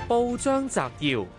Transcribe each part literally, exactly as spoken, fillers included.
報章摘要：《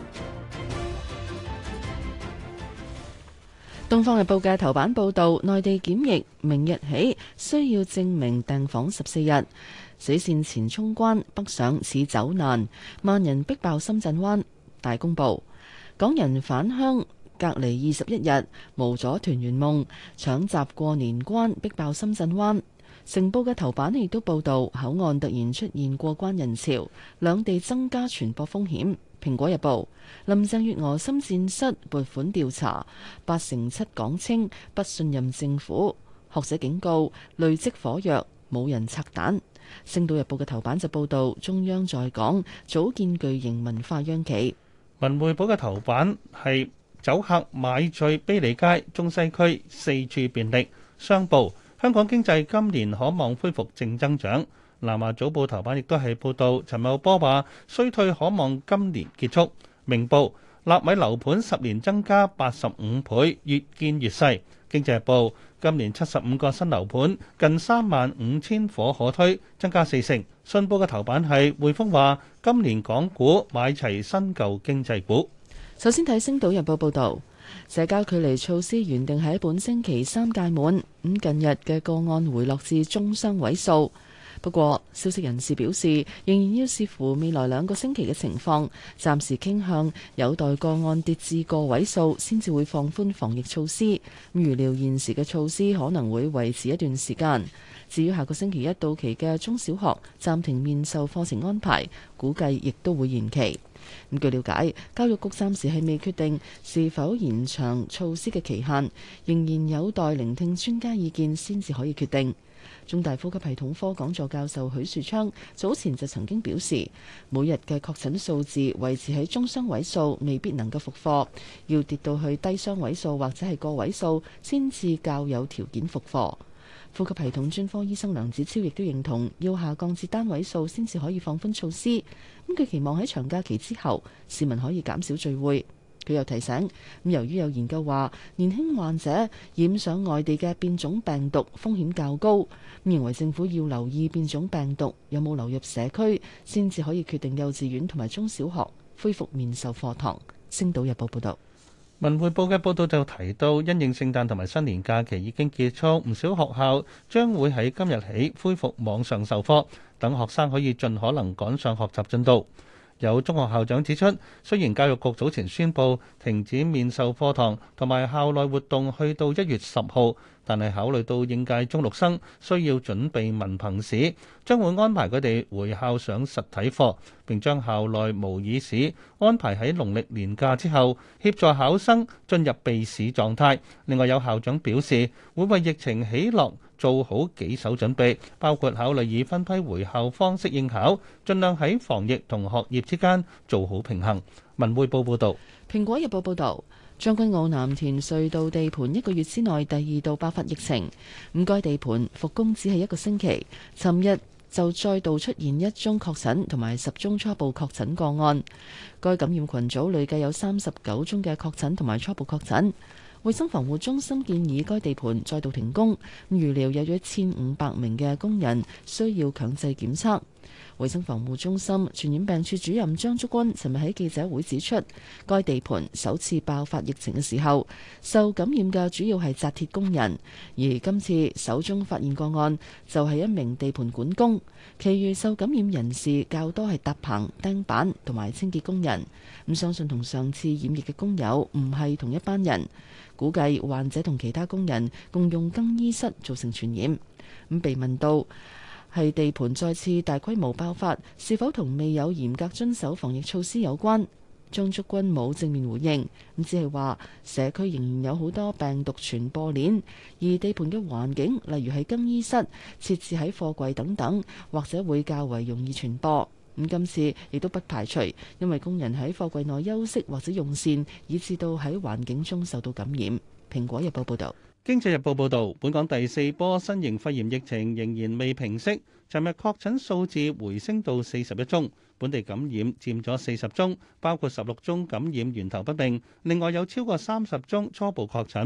東方日報》嘅頭版報導，內地檢疫明日起需要證明訂訪十四日，死線前衝關北上似走難，萬人逼爆深圳灣。大公報，港人返鄉隔離二十一日，無阻團圓夢，搶閘過年關逼爆深圳灣。成報嘅頭版亦都報導，口岸突然出現過關人潮，兩地增加傳播風險。蘋果日報，林鄭月娥深戰室撥款調查，八成七港青不信任政府，學者警告累積火藥冇人拆彈。星島日報嘅頭版就報導，中央在港組建巨型文化央企。 文匯報嘅頭版係酒客買醉卑利街，中西區四處便利。商報，香港經濟今年可望恢復正增長。南華早報頭版亦都係報導，陳茂波話衰退可望今年結束。明報，納米樓盤十年增加八十五倍，越建越細。經濟日報，今年七十五個新樓盤，近三萬五千伙可推，增加四成。信報嘅頭版係匯豐話今年港股買齊新舊經濟股。 首先睇《星島日報》報導，社交距離措施原定喺本星期三屆滿，咁近日嘅個案回落至中雙位數。不過，消息人士表示，仍然要視乎未來兩個星期嘅情況，暫時傾向有待個案跌至個位數先至會放寬防疫措施。咁預料現時嘅措施可能會維持一段時間。至於下個星期一到期嘅中小學暫停面授課程安排，估計亦都會延期。咁據了解，教育局暫時係未決定是否延長措施嘅期限，仍然有待聆聽專家意見先至可以決定。中大呼吸系統科講座教授許樹昌早前就曾經表示，每日嘅確診數字維持喺中雙位數，未必能夠復課，要跌到去低雙位數或者係個位數，先至較有條件復課。呼吸系統專科醫生梁子超亦都認同，要下降至單位數先至可以放寬措施。咁佢期望喺長假期之後，市民可以減少聚會。佢又提醒，咁由於有研究話年輕患者染上外地嘅變種病毒風險較高，咁認為政府要留意變種病毒有冇流入社區，先至可以決定幼稚園同埋中小學恢復面授課堂。星島日報報道。 文匯報嘅報道就提到，因應聖誕同埋新年假期已經結束，唔少學校將會喺今日起恢復網上授課，等學生可以盡可能趕上學習進度。有中學校長指出，雖然教育局早前宣布停止面授課堂同埋校內活動去到一月十號，但係考慮到應屆中六生需要準備文憑試，將會安排佢哋回校上實體課，並將校內模擬試安排喺農曆年假之後，協助考生進入備試狀態。另外有校長表示，會為疫情起落做好幾手準備，包括考慮以分批回校方式應考，盡量喺防疫同學業之間做好平衡。文匯報報導。 蘋果日報報導，將軍澳藍田隧道地盤一個月之內第二度爆發疫情，咁該地盤復工只係一個星期，尋日就再度出現一宗確診同埋十宗初步確診個案，該感染群組累計有三十九宗嘅確診同埋初步確診。衛生防護中心建議該地盤再度停工，預料有咗一千五百名嘅工人需要強制檢測。衛生防護中心傳染病處主任張竹君尋日喺記者會指出，該地盤首次爆發疫情嘅時候，受感染嘅主要係紮鐵工人，而今次首宗發現個案就係一名地盤管工，其餘受感染人士較多係搭棚、釘板同埋清潔工人。咁相信同上次染疫嘅工友唔係同一班人，估計患者同其他工人共用更衣室造成傳染。咁被問到係地盤再次大規模爆發，是否同未有嚴格遵守防疫措施有關？張竹君冇正面回應，咁只係話社區仍然有好多病毒傳播鏈，而地盤嘅環境，例如係更衣室、設置喺貨櫃等等，或者會較為容易傳播。咁今次亦都不排除，因為工人喺貨櫃內休息或者用膳，以致到喺環境中受到感染。蘋果日報報導。 經濟日報報導，本港第四波新型肺炎疫情仍然未平息，尋日確診數字回升到四十一宗，本地感染佔咗四十宗，包括十六宗感染源頭不明，另外有超過三十宗初步確診。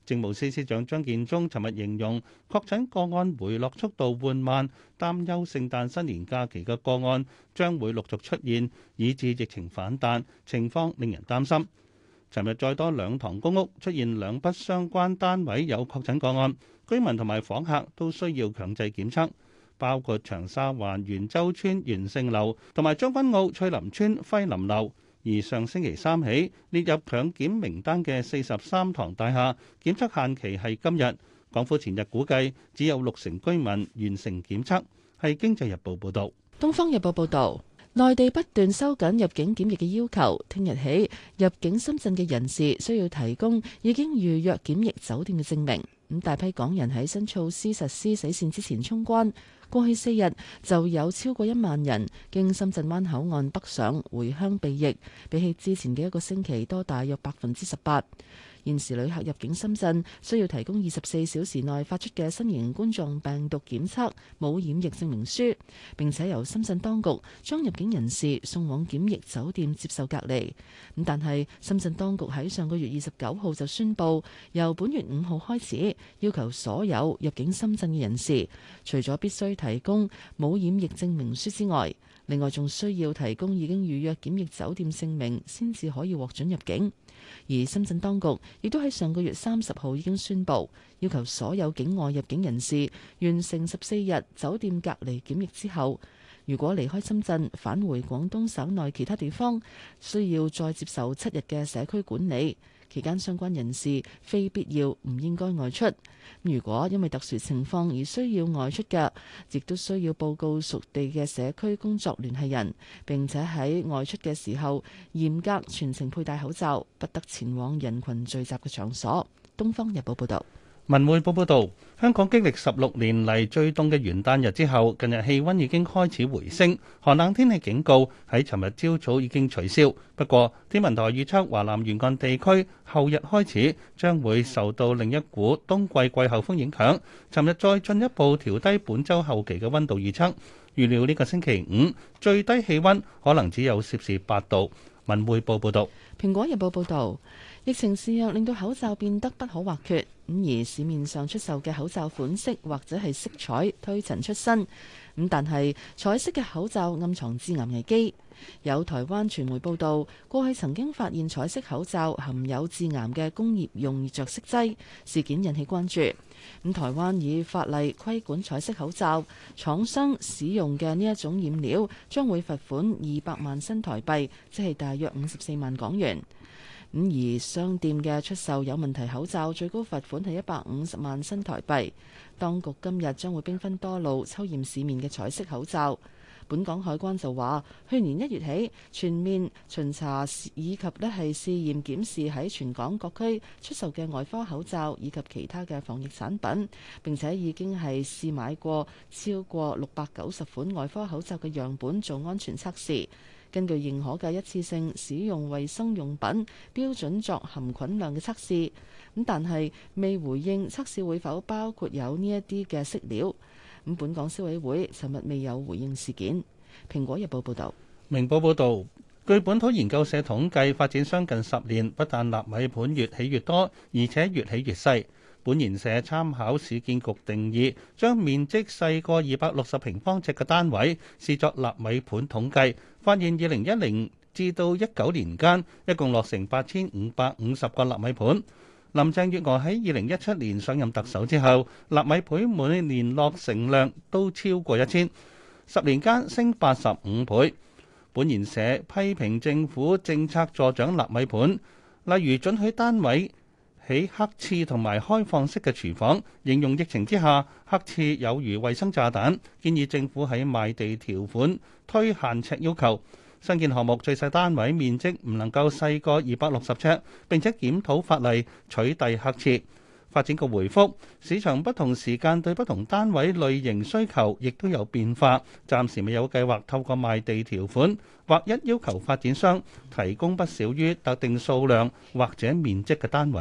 政務司司長張建宗尋日形容確診個案回落速度緩慢，擔憂聖誕新年假期嘅個案將會陸續出現，以致疫情反彈，情況令人擔心。尋日再多兩幢公屋出現兩筆相關單位有確診個案，居民同埋訪客都需要強制檢測，包括長沙灣元洲村元盛樓同埋將軍澳翠林村輝林樓。而上星期三起列入強檢名單嘅四十三幢大廈，檢測限期係今日。港府前日估計只有六成居民完成檢測。係《經濟日報》報導。 《東方日報》報導，內地不斷收緊入境檢疫嘅要求，聽日起入境深圳嘅人士需要提供已經預約檢疫酒店嘅證明。咁大批港人喺新措施實施死線之前衝關，過去四日就有超過一萬人經深圳灣口岸北上回鄉避疫，比起之前嘅一個星期多大約百分之十八。現時旅客入境深圳需要提供二十四小時內發出嘅新型冠狀病毒檢測冇染疫證明書，並且由深圳當局將入境人士送往檢疫酒店接受隔離。咁但係深圳當局喺上個月二十九號就宣布，由本月五號開始，要求所有入境深圳嘅人士，除咗必須提供冇染疫證明書之外，另外仲需要提供已經預約檢疫酒店姓名，先至可以獲准入境。而深圳當局亦都喺上個月三十號已經宣布，要求所有境外入境人士完成十四日酒店隔離檢疫之後，如果離開深圳返回廣東省內其他地方，需要再接受七日嘅社區管理。期間相關人士非必要唔應該外出。如果因為特殊情況而需要外出嘅，亦都需要報告屬地嘅社區工作聯繫人，並且喺外出嘅時候嚴格全程佩戴口罩，不得前往人群聚集嘅場所。《東方日報》報道。 文匯報報道，香港經歷十六年嚟最凍嘅元旦日之後，近日氣溫已經開始回升，寒冷天氣警告喺尋日朝早已經取消。不過，天文台預測華南沿岸地區後日開始將會受到另一股冬季季候風影響，尋日再進一步調低本週後期嘅溫度預測，預料呢個星期五最低氣溫可能只有攝氏八度。文匯報報道。 蘋果日報報導，疫情肆虐令到口罩變得不可或缺，咁而市面上出售嘅口罩款式或者係色彩推陳出新，咁但係彩色嘅口罩暗藏致癌危機。有台灣傳媒報導，過去曾經發現彩色口罩含有致癌嘅工業用着色劑，事件引起關注。咁台灣以法例規管彩色口罩，廠商使用嘅呢一種染料將會罰款二百萬新台幣，即係大約五十四萬港元。咁而商店嘅出售有問題口罩，最高罰款係一百五十萬新台幣。當局今日將會兵分多路抽驗市面嘅彩色口罩。本港海關就話，去年一月起全面巡查以及咧係試驗檢視喺全港各區出售嘅外科口罩以及其他嘅防疫產品，並且已經係試買過超過六百九十款外科口罩嘅樣本做安全測試。根據認可嘅一次性使用衛生用品標準作含菌量嘅測試，咁但係未回應測試會否包括有呢一啲嘅色料。咁本港消委會尋日未有回應事件。蘋果日報報導。 明報報導，據本土研究社統計，發展商近十年不但納米盤越起越多，而且越起越細。本研社參考市建局定義，將面積細過二百六十平方尺嘅單位視作納米盤統計，發現二零一零至到一九年間，一共落成八千五百五十個納米盤。林鄭月娥喺二零一七年上任特首之後，納米盤每年落成量都超過一千，十年間升八十五倍。本研社批評政府政策助長納米盤，例如准許單位起黑廁同埋開放式嘅廚房，形容疫情之下黑廁有如衛生炸彈，建議政府喺賣地條款推限尺要求。新建項目最細單位面積唔能夠細過二百六十尺，並且檢討法例取締黑廁。發展局回覆，市場不同時間對不同單位類型需求亦都有變化，暫時未有計劃透過賣地條款劃一要求發展商提供不少於特定數量或者面積嘅單位。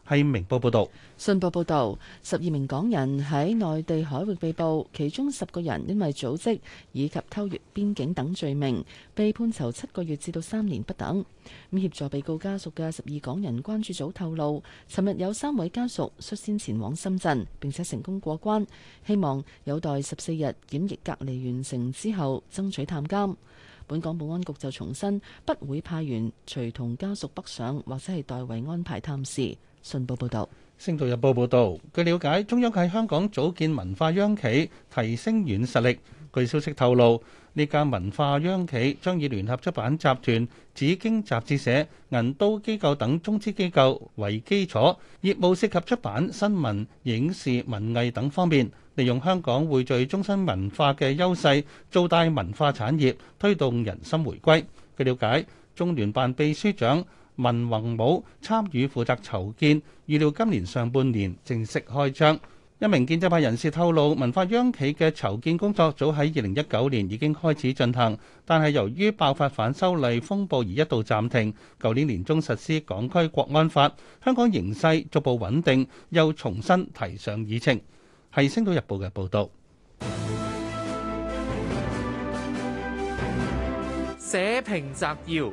係明報報導。 信報報導，十二名港人喺內地海域被捕，其中十個人因為組織以及偷越邊境等罪名，被判囚七個月至到三年不等。咁協助被告家屬嘅十二港人關注組透露，尋日有三位家屬率先前往深圳，並且成功過關，希望有待十四日檢疫隔離完成之後爭取探監。本港保安局就重申，不會派員隨同家屬北上，或者係代為安排探視。信報報導。 《星島日報》報導，據了解，中央喺香港組建文化央企，提升軟實力。據消息透露，呢間文化央企將以聯合出版集團、紫荊雜誌社、銀都機構等中資機構為基礎，業務涉及出版、新聞、影視、文藝等方面，利用香港匯聚中西文化嘅優勢，做大文化產業，推動人心回歸。據了解，中聯辦秘書長文宏武參與負責籌建，預料今年上半年正式開張。一名建制派人士透露，文化央企嘅籌建工作早喺二零一九年已經開始進行，但係由於爆發反修例風暴而一度暫停。舊年年中實施港區國安法，香港形勢逐步穩定，又重新提上議程。係《星島日報》嘅報導。 社評摘要。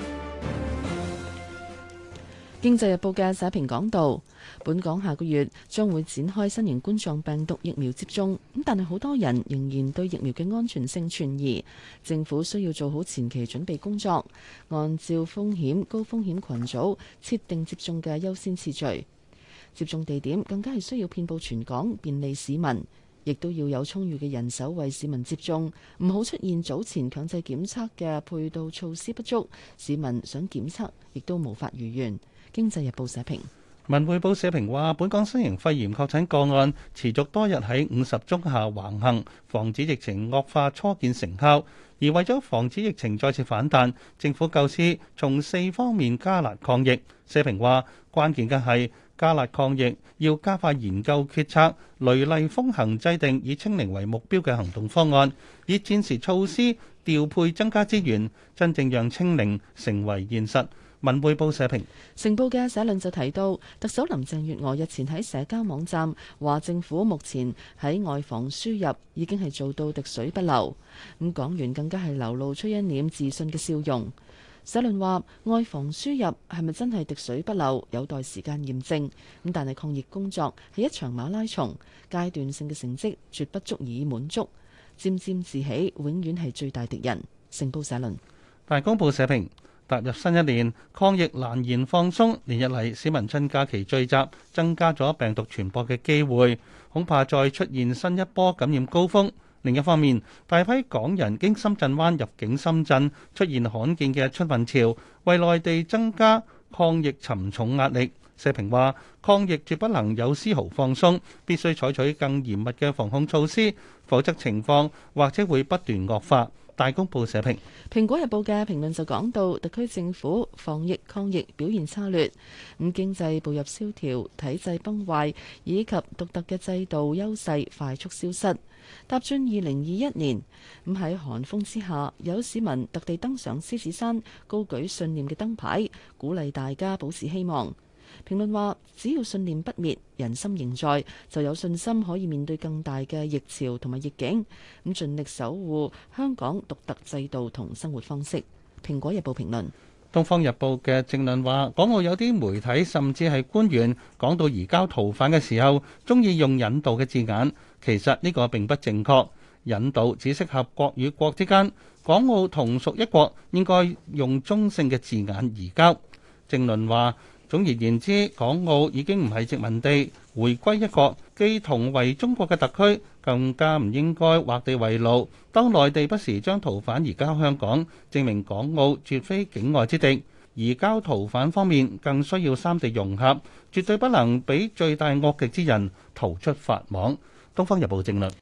經濟日報嘅社評講道，本港下個月將會展開新型冠狀病毒疫苗接種，咁但係好多人仍然對疫苗嘅安全性存疑，政府需要做好前期準備工作，按照風險高風險群組設定接種嘅優先次序，接種地點更加係需要遍佈全港，便利市民，亦都要有充裕嘅人手為市民接種，唔好出現早前強制檢測嘅配套措施不足，市民想檢測亦都無法如願。經濟日報社評。 文匯報社評話，本港新型肺炎確診個案持續多日喺五十宗下橫行，防止疫情惡化初見成效。而為咗防止疫情再次反彈，政府構思從四方面加辣抗疫。社評話，關鍵嘅係加辣抗疫要加快研究決策，雷厲風行制定以清零為目標嘅行動方案，以戰時措施調配增加資源，真正讓清零成為現實。文匯報社評。 成報嘅社論就提到，特首林鄭月娥日前喺社交網站話，政府目前喺外防輸入已經係做到滴水不漏。咁講完更加係流露出一臉自信嘅笑容。社論話，外防輸入係咪真係滴水不漏，有待時間驗證。咁但係抗疫工作係一場馬拉松，階段性嘅成績絕不足以滿足，沾沾自喜永遠係最大敵人。成報社論。 大公報社評。踏入新一年，抗疫難言放鬆，連日嚟市民趁假期聚集，增加咗病毒傳播嘅機會，恐怕再出現新一波感染高峰。另一方面，大批港人經深圳灣入境深圳，出現罕見嘅春運潮，為內地增加抗疫沉重壓力。社評話，抗疫絕不能有絲毫放鬆，必須採取更嚴密嘅防控措施，否則情況或者會不斷惡化。大公報社評。 蘋果日報嘅評論就講到，特區政府防疫抗疫表現差劣，咁經濟步入蕭條，體制崩壞，以及獨特嘅制度優勢快速消失。踏進二零二一年，咁喺寒風之下，有市民特地登上獅子山，高舉信念嘅燈牌，鼓勵大家保持希望。評論話，只要信念不滅，人心仍在，就有信心可以面對更大嘅疫潮同埋逆境，咁盡力守護香港獨特制度同生活方式。蘋果日報評論。 東方日報嘅正論話，港澳有啲媒體甚至係官員講到移交逃犯嘅時候，中意用引渡嘅字眼，其實呢個並不正確。引渡只適合國與國之間，港澳同屬一國，應該用中性嘅字眼移交。正論話，總而言之，港澳已經唔係殖民地，回歸一國，既同為中國嘅特區，更加唔應該劃地為牢。當內地不時將逃犯移交香港，證明港澳絕非境外之敵。移交逃犯方面，更需要三地融合，絕對不能俾罪大惡極之人逃出法網。《東方日報》正論。